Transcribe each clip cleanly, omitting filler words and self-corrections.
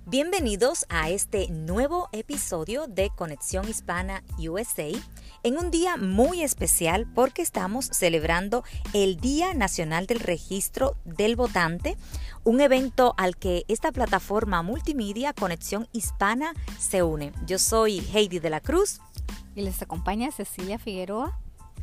Bienvenidos a este nuevo episodio de Conexión Hispana USA en un día muy especial porque estamos celebrando el Día Nacional del Registro del Votante, un evento al que esta plataforma multimedia Conexión Hispana se une. Yo soy Heidi de la Cruz y les acompaña Cecilia Figueroa.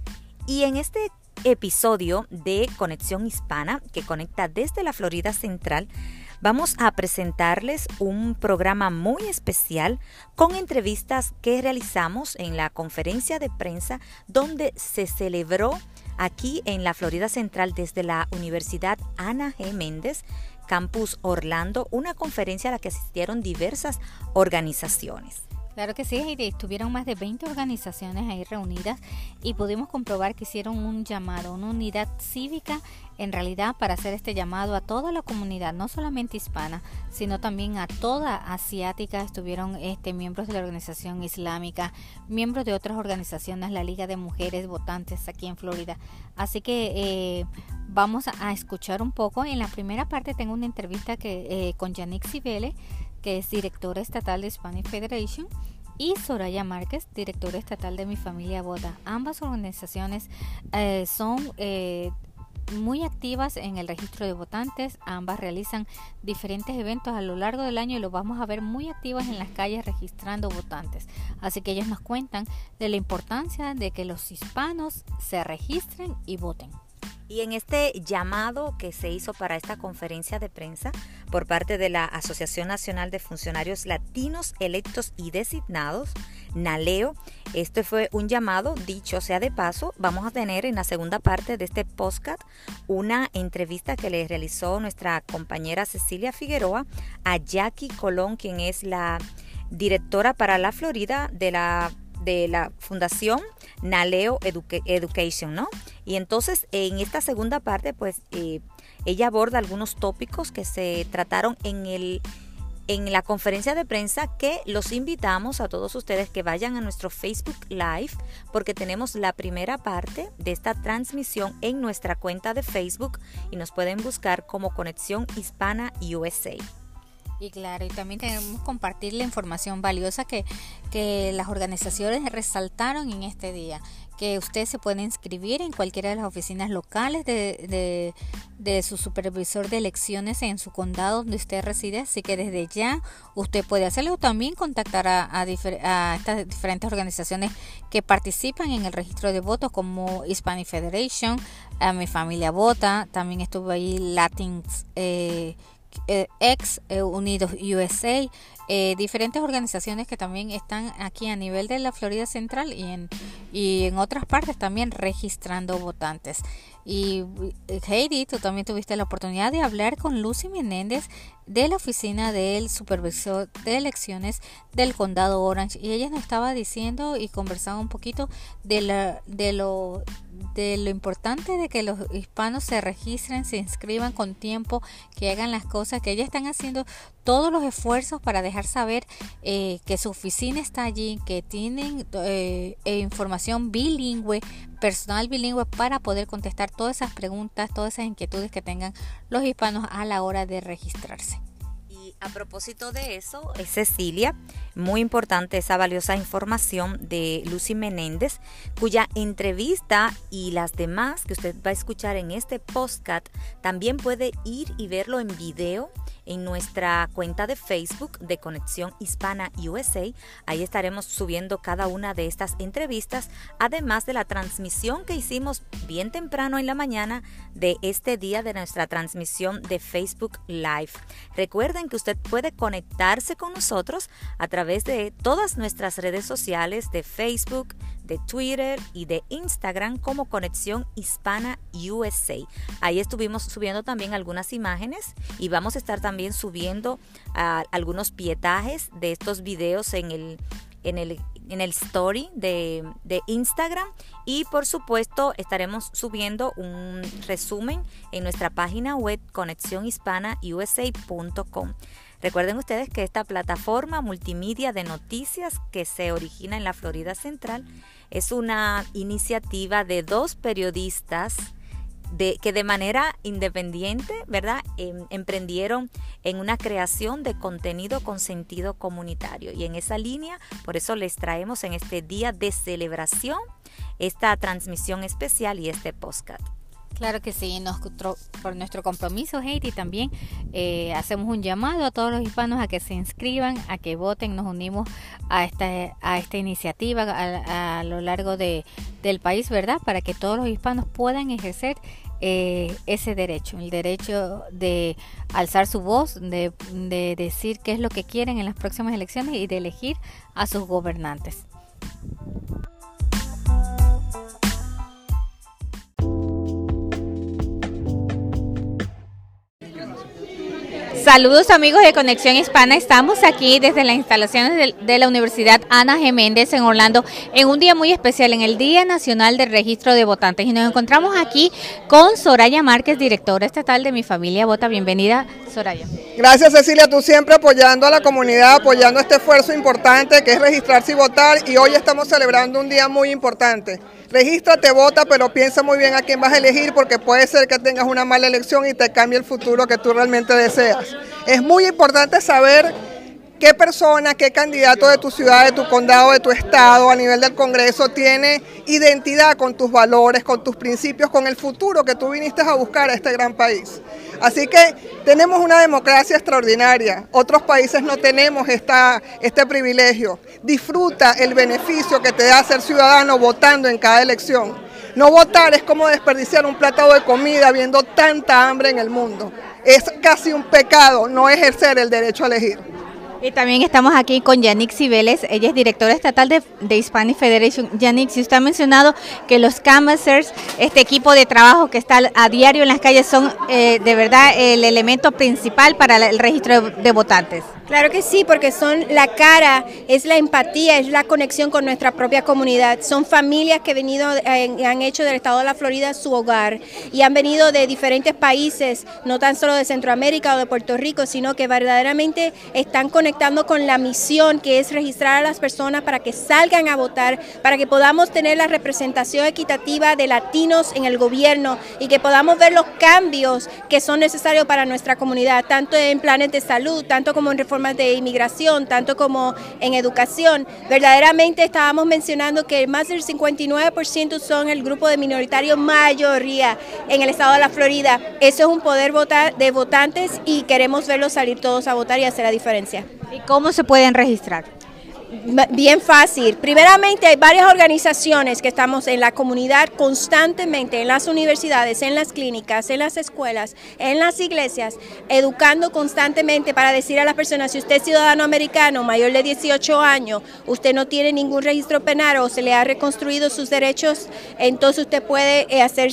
Y en este episodio de Conexión Hispana que conecta desde la Florida Central, vamos a presentarles un programa muy especial con entrevistas que realizamos en la conferencia de prensa donde se celebró aquí en la Florida Central desde la Universidad Ana G. Méndez, Campus Orlando, una conferencia a la que asistieron diversas organizaciones. Claro que sí, Heidi, estuvieron más de 20 organizaciones ahí reunidas y pudimos comprobar que hicieron un llamado, una unidad cívica en realidad para hacer este llamado a toda la comunidad, no solamente hispana, sino también a toda asiática. Estuvieron miembros de la organización islámica, miembros de otras organizaciones, la Liga de Mujeres Votantes aquí en Florida. Así que vamos a escuchar un poco. En la primera parte tengo una entrevista con Yannick Cibele, que es directora estatal de Hispanic Federation, y Soraya Márquez, directora estatal de Mi Familia Vota. Ambas organizaciones son muy activas en el registro de votantes. Ambas realizan diferentes eventos a lo largo del año y los vamos a ver muy activas en las calles registrando votantes. Así que ellos nos cuentan de la importancia de que los hispanos se registren y voten. Y en este llamado que se hizo para esta conferencia de prensa por parte de la Asociación Nacional de Funcionarios Latinos Electos y Designados, NALEO, este fue un llamado, dicho sea de paso, vamos a tener en la segunda parte de este podcast una entrevista que le realizó nuestra compañera Cecilia Figueroa a Jackie Colón, quien es la directora para la Florida de la Fundación NALEO Education, ¿no? Y entonces en esta segunda parte pues ella aborda algunos tópicos que se trataron en la conferencia de prensa, que los invitamos a todos ustedes que vayan a nuestro Facebook Live porque tenemos la primera parte de esta transmisión en nuestra cuenta de Facebook y nos pueden buscar como Conexión Hispana USA. Y claro, y también queremos compartir la información valiosa que las organizaciones resaltaron en este día, que usted se puede inscribir en cualquiera de las oficinas locales de su supervisor de elecciones en su condado donde usted reside, así que desde ya usted puede hacerlo, o también contactar a estas diferentes organizaciones que participan en el registro de votos como Hispanic Federation, a Mi Familia Vota, también estuvo ahí Latins Unidos USA, diferentes organizaciones que también están aquí a nivel de la Florida Central y en otras partes también registrando votantes. Y Heidi, tú también tuviste la oportunidad de hablar con Lucy Menéndez de la oficina del supervisor de elecciones del condado Orange, y ella nos estaba diciendo y conversaba un poquito de lo importante de que los hispanos se registren, se inscriban con tiempo, que hagan las cosas, que ellos están haciendo todos los esfuerzos para dejar saber que su oficina está allí, que tienen información bilingüe, personal bilingüe, para poder contestar todas esas preguntas, todas esas inquietudes que tengan los hispanos a la hora de registrarse. A propósito de eso, Cecilia, muy importante esa valiosa información de Lucy Menéndez, cuya entrevista y las demás que usted va a escuchar en este podcast también puede ir y verlo en video en nuestra cuenta de Facebook de Conexión Hispana USA. Ahí estaremos subiendo cada una de estas entrevistas, además de la transmisión que hicimos bien temprano en la mañana de este día de nuestra transmisión de Facebook Live. Recuerden que usted puede conectarse con nosotros a través de todas nuestras redes sociales de Facebook, de Twitter y de Instagram como Conexión Hispana USA. Ahí estuvimos subiendo también algunas imágenes y vamos a estar también subiendo algunos pietajes de estos videos en el story de Instagram, y por supuesto estaremos subiendo un resumen en nuestra página web conexionhispanausa.com. Recuerden ustedes que esta plataforma multimedia de noticias que se origina en la Florida Central es una iniciativa de dos periodistas que de manera independiente, ¿verdad? Emprendieron en una creación de contenido con sentido comunitario. Y en esa línea, por eso les traemos en este día de celebración esta transmisión especial y este podcast. Claro que sí, por nuestro compromiso, Heidi, también hacemos un llamado a todos los hispanos a que se inscriban, a que voten. Nos unimos a esta iniciativa a lo largo del país, ¿verdad? Para que todos los hispanos puedan ejercer ese derecho, el derecho de alzar su voz, de decir qué es lo que quieren en las próximas elecciones y de elegir a sus gobernantes. Saludos amigos de Conexión Hispana, estamos aquí desde las instalaciones de la Universidad Ana G. Méndez en Orlando en un día muy especial, en el Día Nacional del Registro de Votantes, y nos encontramos aquí con Soraya Márquez, directora estatal de Mi Familia Vota. Bienvenida, Soraya. Gracias, Cecilia, tú siempre apoyando a la comunidad, apoyando este esfuerzo importante que es registrarse y votar, y hoy estamos celebrando un día muy importante. Regístrate, vota, pero piensa muy bien a quién vas a elegir, porque puede ser que tengas una mala elección y te cambie el futuro que tú realmente deseas. Es muy importante saber qué persona, qué candidato de tu ciudad, de tu condado, de tu estado, a nivel del Congreso, tiene identidad con tus valores, con tus principios, con el futuro que tú viniste a buscar a este gran país. Así que tenemos una democracia extraordinaria. Otros países no tenemos este privilegio. Disfruta el beneficio que te da ser ciudadano votando en cada elección. No votar es como desperdiciar un plato de comida viendo tanta hambre en el mundo. Es casi un pecado no ejercer el derecho a elegir. Y también estamos aquí con Yanixi Vélez, ella es directora estatal de Hispanic Federation. Yanixi, usted ha mencionado que los canvassers, este equipo de trabajo que está a diario en las calles, son de verdad el elemento principal para el registro de votantes. Claro que sí, porque son la cara, es la empatía, es la conexión con nuestra propia comunidad. Son familias que han hecho del estado de la Florida su hogar y han venido de diferentes países, no tan solo de Centroamérica o de Puerto Rico, sino que verdaderamente están conectando con la misión que es registrar a las personas para que salgan a votar, para que podamos tener la representación equitativa de latinos en el gobierno y que podamos ver los cambios que son necesarios para nuestra comunidad, tanto en planes de salud, tanto como en reformas de inmigración, tanto como en educación. Verdaderamente estábamos mencionando que más del 59% son el grupo de minoritarios mayoría en el estado de la Florida. Eso es un poder de votantes y queremos verlos salir todos a votar y hacer la diferencia. ¿Y cómo se pueden registrar? Bien fácil. Primeramente, hay varias organizaciones que estamos en la comunidad constantemente, en las universidades, en las clínicas, en las escuelas, en las iglesias, educando constantemente para decir a las personas, si usted es ciudadano americano mayor de 18 años, usted no tiene ningún registro penal o se le ha reconstruido sus derechos, entonces usted puede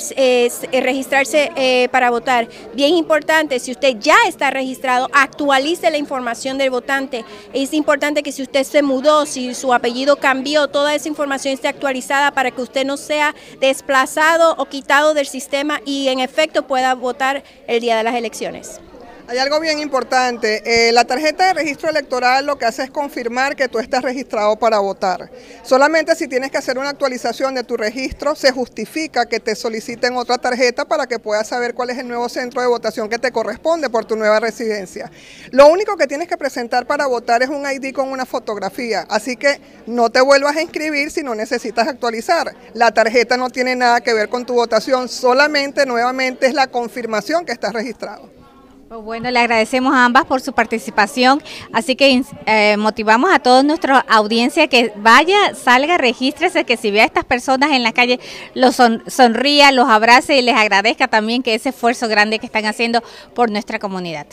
registrarse para votar. Bien importante, si usted ya está registrado, actualice la información del votante. Es importante que si usted se mudó, si su apellido cambió, toda esa información esté actualizada para que usted no sea desplazado o quitado del sistema y en efecto pueda votar el día de las elecciones. Hay algo bien importante, la tarjeta de registro electoral lo que hace es confirmar que tú estás registrado para votar. Solamente si tienes que hacer una actualización de tu registro, se justifica que te soliciten otra tarjeta para que puedas saber cuál es el nuevo centro de votación que te corresponde por tu nueva residencia. Lo único que tienes que presentar para votar es un ID con una fotografía, así que no te vuelvas a inscribir si no necesitas actualizar. La tarjeta no tiene nada que ver con tu votación, solamente nuevamente es la confirmación que estás registrado. Bueno, le agradecemos a ambas por su participación, así que motivamos a toda nuestra audiencia que vaya, salga, regístrese, que si ve a estas personas en la calle, los sonría, los abrace y les agradezca también que ese esfuerzo grande que están haciendo por nuestra comunidad.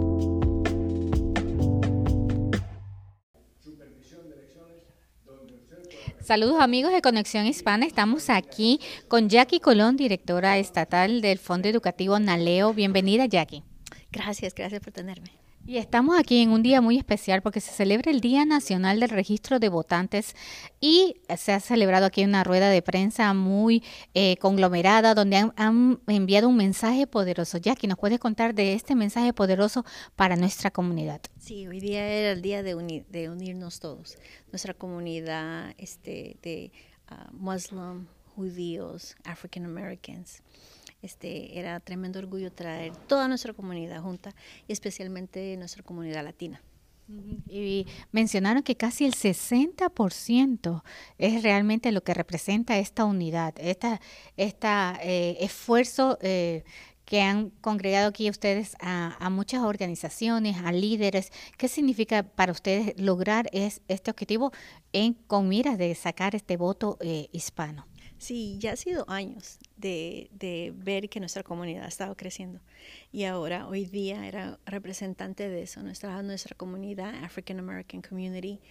Saludos amigos de Conexión Hispana, estamos aquí con Jackie Colón, directora estatal del Fondo Educativo NALEO. Bienvenida, Jackie. Gracias por tenerme. Y estamos aquí en un día muy especial porque se celebra el Día Nacional del Registro de Votantes y se ha celebrado aquí una rueda de prensa muy conglomerada donde han enviado un mensaje poderoso. Jackie, ¿nos puedes contar de este mensaje poderoso para nuestra comunidad? Sí, hoy día era el día de unirnos todos. Nuestra comunidad de Muslim, judíos, African Americans. Era tremendo orgullo traer toda nuestra comunidad junta y especialmente nuestra comunidad latina. Y mencionaron que casi el 60% es realmente lo que representa esta unidad, esfuerzo que han congregado aquí ustedes a muchas organizaciones, a líderes. ¿Qué significa para ustedes lograr este objetivo con miras de sacar este voto hispano? Sí, ya ha sido años de ver que nuestra comunidad ha estado creciendo y ahora, hoy día, era representante de eso, nuestra comunidad, African American Community,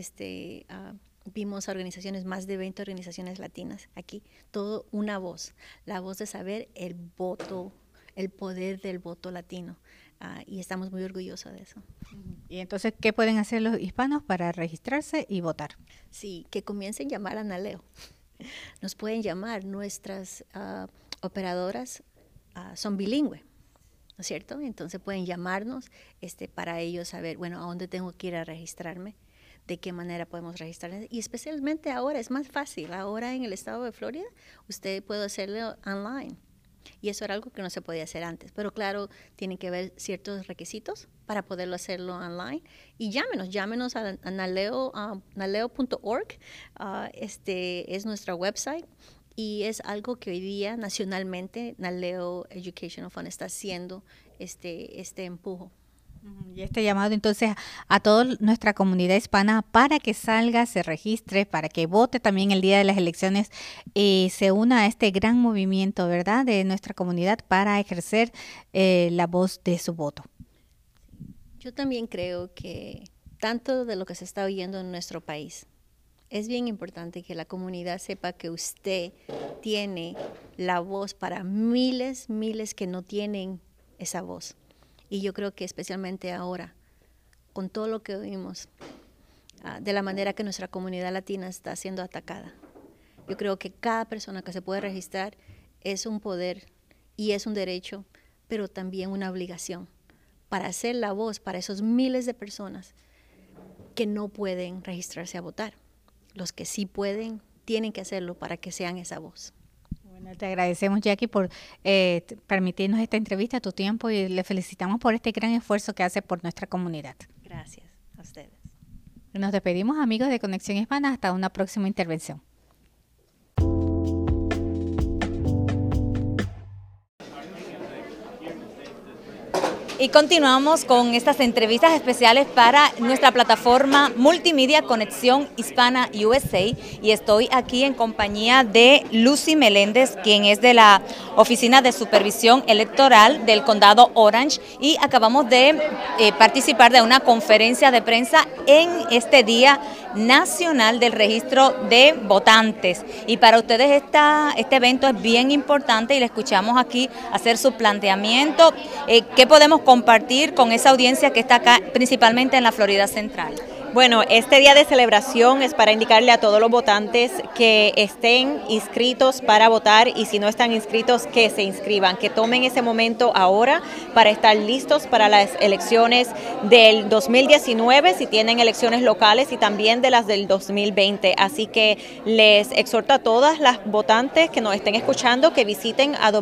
vimos organizaciones, más de 20 organizaciones latinas aquí, todo una voz, la voz de saber el voto, el poder del voto latino, y estamos muy orgullosos de eso. Y entonces, ¿qué pueden hacer los hispanos para registrarse y votar? Sí, que comiencen a llamar a NALEO. Nos pueden llamar, nuestras operadoras son bilingües, ¿no es cierto? Entonces pueden llamarnos para ellos saber, bueno, a dónde tengo que ir a registrarme, de qué manera podemos registrarnos. Y especialmente ahora es más fácil, ahora en el estado de Florida usted puede hacerlo online. Y eso era algo que no se podía hacer antes. Pero claro, tienen que haber ciertos requisitos para poderlo hacerlo online. Y llámenos a naleo.org. Es nuestra website. Y es algo que hoy día nacionalmente NALEO Educational Fund está haciendo este empujo. Y este llamado entonces a toda nuestra comunidad hispana para que salga, se registre, para que vote también el día de las elecciones y se una a este gran movimiento, ¿verdad?, de nuestra comunidad para ejercer la voz de su voto. Yo también creo que tanto de lo que se está oyendo en nuestro país, es bien importante que la comunidad sepa que usted tiene la voz para miles que no tienen esa voz. Y yo creo que especialmente ahora, con todo lo que oímos, de la manera que nuestra comunidad latina está siendo atacada, yo creo que cada persona que se puede registrar es un poder y es un derecho, pero también una obligación para hacer la voz para esos miles de personas que no pueden registrarse a votar. Los que sí pueden, tienen que hacerlo para que sean esa voz. Bueno, te agradecemos, Jackie, por permitirnos esta entrevista, tu tiempo, y le felicitamos por este gran esfuerzo que hace por nuestra comunidad. Gracias a ustedes. Nos despedimos, amigos de Conexión Hispana, hasta una próxima intervención. Y continuamos con estas entrevistas especiales para nuestra plataforma multimedia Conexión Hispana USA, y estoy aquí en compañía de Lucy Meléndez, quien es de la Oficina de Supervisión Electoral del Condado Orange, y acabamos de participar de una conferencia de prensa en este Día Nacional del Registro de Votantes. Y para ustedes este evento es bien importante y le escuchamos aquí hacer su planteamiento. ¿Qué podemos compartir con esa audiencia que está acá, principalmente en la Florida Central? Bueno, este día de celebración es para indicarle a todos los votantes que estén inscritos para votar, y si no están inscritos, que se inscriban, que tomen ese momento ahora para estar listos para las elecciones del 2019, si tienen elecciones locales, y también de las del 2020. Así que les exhorto a todas las votantes que nos estén escuchando que visiten a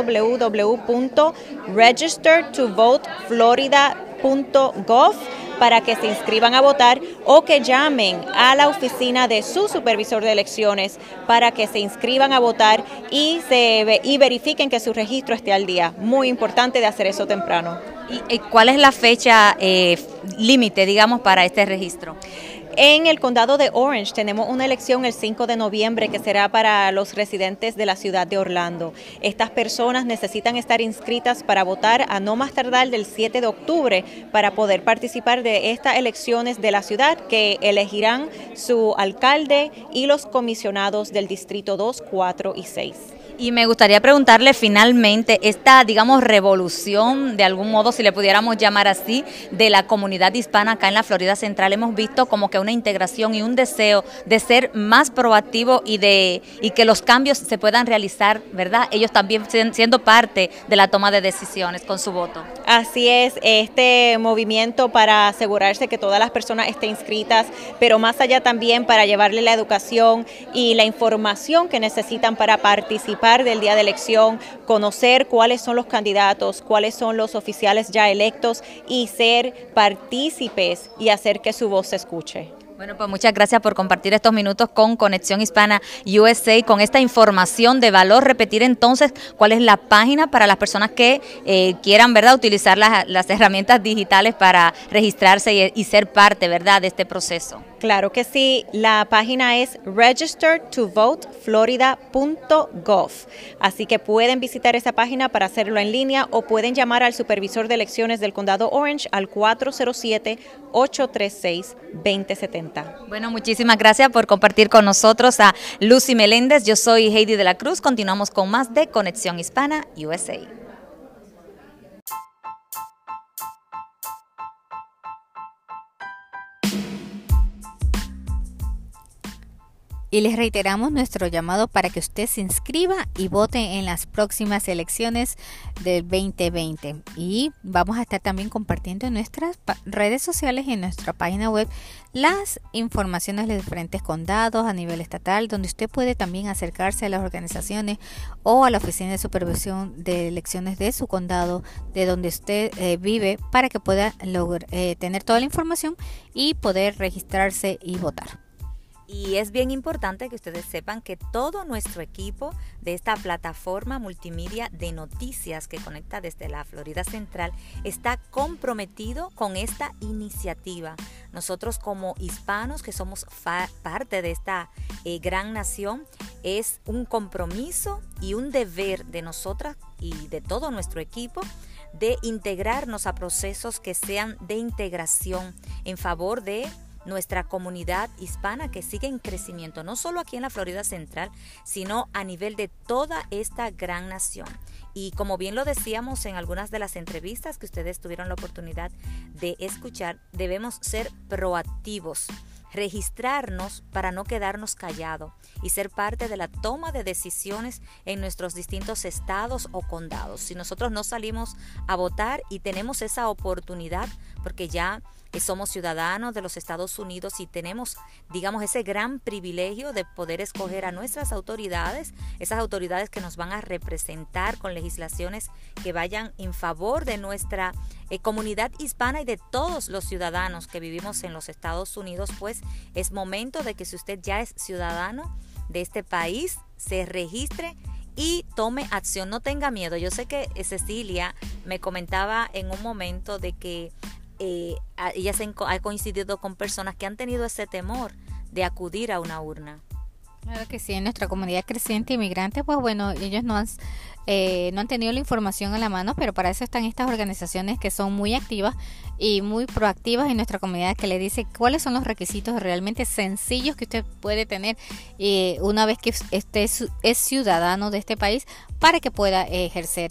www.registertovoteflorida.gov para que se inscriban a votar, o que llamen a la oficina de su supervisor de elecciones para que se inscriban a votar y verifiquen que su registro esté al día. Muy importante de hacer eso temprano. ¿Y cuál es la fecha límite, digamos, para este registro? En el condado de Orange tenemos una elección el 5 de noviembre que será para los residentes de la ciudad de Orlando. Estas personas necesitan estar inscritas para votar a no más tardar del 7 de octubre para poder participar de estas elecciones de la ciudad, que elegirán su alcalde y los comisionados del distrito 2, 4 y 6. Y me gustaría preguntarle finalmente esta, digamos, revolución, de algún modo, si le pudiéramos llamar así, de la comunidad hispana acá en la Florida Central. Hemos visto como que una integración y un deseo de ser más proactivo y que los cambios se puedan realizar, ¿verdad? Ellos también siendo parte de la toma de decisiones con su voto. Así es, este movimiento para asegurarse que todas las personas estén inscritas, pero más allá también para llevarle la educación y la información que necesitan para participar participar del día de elección, conocer cuáles son los candidatos, cuáles son los oficiales ya electos y ser partícipes y hacer que su voz se escuche. Bueno, pues muchas gracias por compartir estos minutos con Conexión Hispana USA, con esta información de valor. Repetir entonces cuál es la página para las personas que quieran, ¿verdad?, utilizar las herramientas digitales para registrarse y ser parte, ¿verdad?, de este proceso. Claro que sí, la página es registertovoteflorida.gov, así que pueden visitar esa página para hacerlo en línea o pueden llamar al supervisor de elecciones del condado Orange al 407-836-2070. Bueno, muchísimas gracias por compartir con nosotros a Lucy Meléndez. Yo soy Heidi de la Cruz. Continuamos con más de Conexión Hispana USA. Y les reiteramos nuestro llamado para que usted se inscriba y vote en las próximas elecciones del 2020. Y vamos a estar también compartiendo en nuestras redes sociales y en nuestra página web las informaciones de diferentes condados a nivel estatal, donde usted puede también acercarse a las organizaciones o a la oficina de supervisión de elecciones de su condado, de donde usted vive, para que pueda tener toda la información y poder registrarse y votar. Y es bien importante que ustedes sepan que todo nuestro equipo de esta plataforma multimedia de noticias que conecta desde la Florida Central está comprometido con esta iniciativa. Nosotros como hispanos que somos parte de esta gran nación, es un compromiso y un deber de nosotras y de todo nuestro equipo de integrarnos a procesos que sean de integración en favor de nuestra comunidad hispana, que sigue en crecimiento, no solo aquí en la Florida Central, sino a nivel de toda esta gran nación. Y como bien lo decíamos en algunas de las entrevistas que ustedes tuvieron la oportunidad de escuchar, debemos ser proactivos, registrarnos para no quedarnos callados y ser parte de la toma de decisiones en nuestros distintos estados o condados. Si nosotros no salimos a votar y tenemos esa oportunidad, porque ya somos ciudadanos de los Estados Unidos y tenemos, digamos, ese gran privilegio de poder escoger a nuestras autoridades, esas autoridades que nos van a representar con legislaciones que vayan en favor de nuestra comunidad hispana y de todos los ciudadanos que vivimos en los Estados Unidos. Pues es momento de que, si usted ya es ciudadano de este país, se registre y tome acción, no tenga miedo. Yo sé que Cecilia me comentaba en un momento de que ella ha coincidido con personas que han tenido ese temor de acudir a una urna. Claro que sí, en nuestra comunidad creciente inmigrante, pues bueno, ellos no han tenido la información a la mano, pero para eso están estas organizaciones que son muy activas y muy proactivas en nuestra comunidad, que le dice cuáles son los requisitos realmente sencillos que usted puede tener una vez que es ciudadano de este país, para que pueda ejercer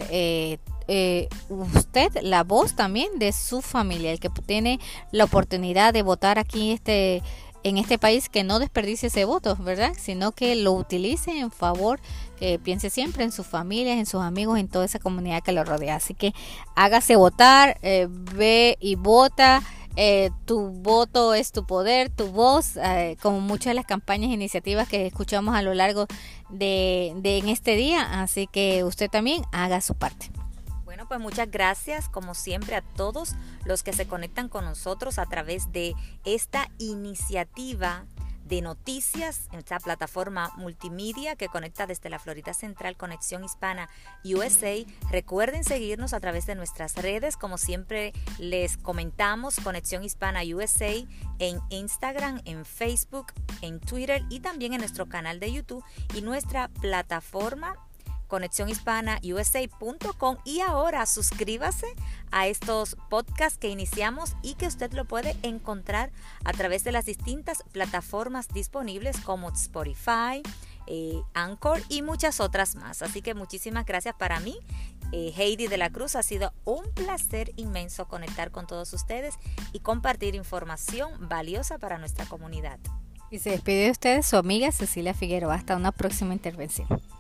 usted la voz también de su familia, el que tiene la oportunidad de votar aquí en este país, que no desperdicie ese voto, ¿verdad? Sino que lo utilice en favor, que piense siempre en sus familias, en sus amigos, en toda esa comunidad que lo rodea. Así que hágase votar, ve y vota. Tu voto es tu poder, tu voz, como muchas de las campañas e iniciativas que escuchamos a lo largo de en este día. Así que usted también haga su parte. Bueno, pues muchas gracias, como siempre, a todos los que se conectan con nosotros a través de esta iniciativa de noticias en esta plataforma multimedia que conecta desde la Florida Central, Conexión Hispana USA. Recuerden seguirnos a través de nuestras redes, como siempre les comentamos, Conexión Hispana USA en Instagram, en Facebook, en Twitter y también en nuestro canal de YouTube y nuestra plataforma ConexionHispanaUSA.com. Y ahora suscríbase a estos podcasts que iniciamos y que usted lo puede encontrar a través de las distintas plataformas disponibles como Spotify, Anchor y muchas otras más. Así que muchísimas gracias. Para mí, Heidi de la Cruz, ha sido un placer inmenso conectar con todos ustedes y compartir información valiosa para nuestra comunidad. Y se despide de ustedes su amiga Cecilia Figueroa. Hasta una próxima intervención.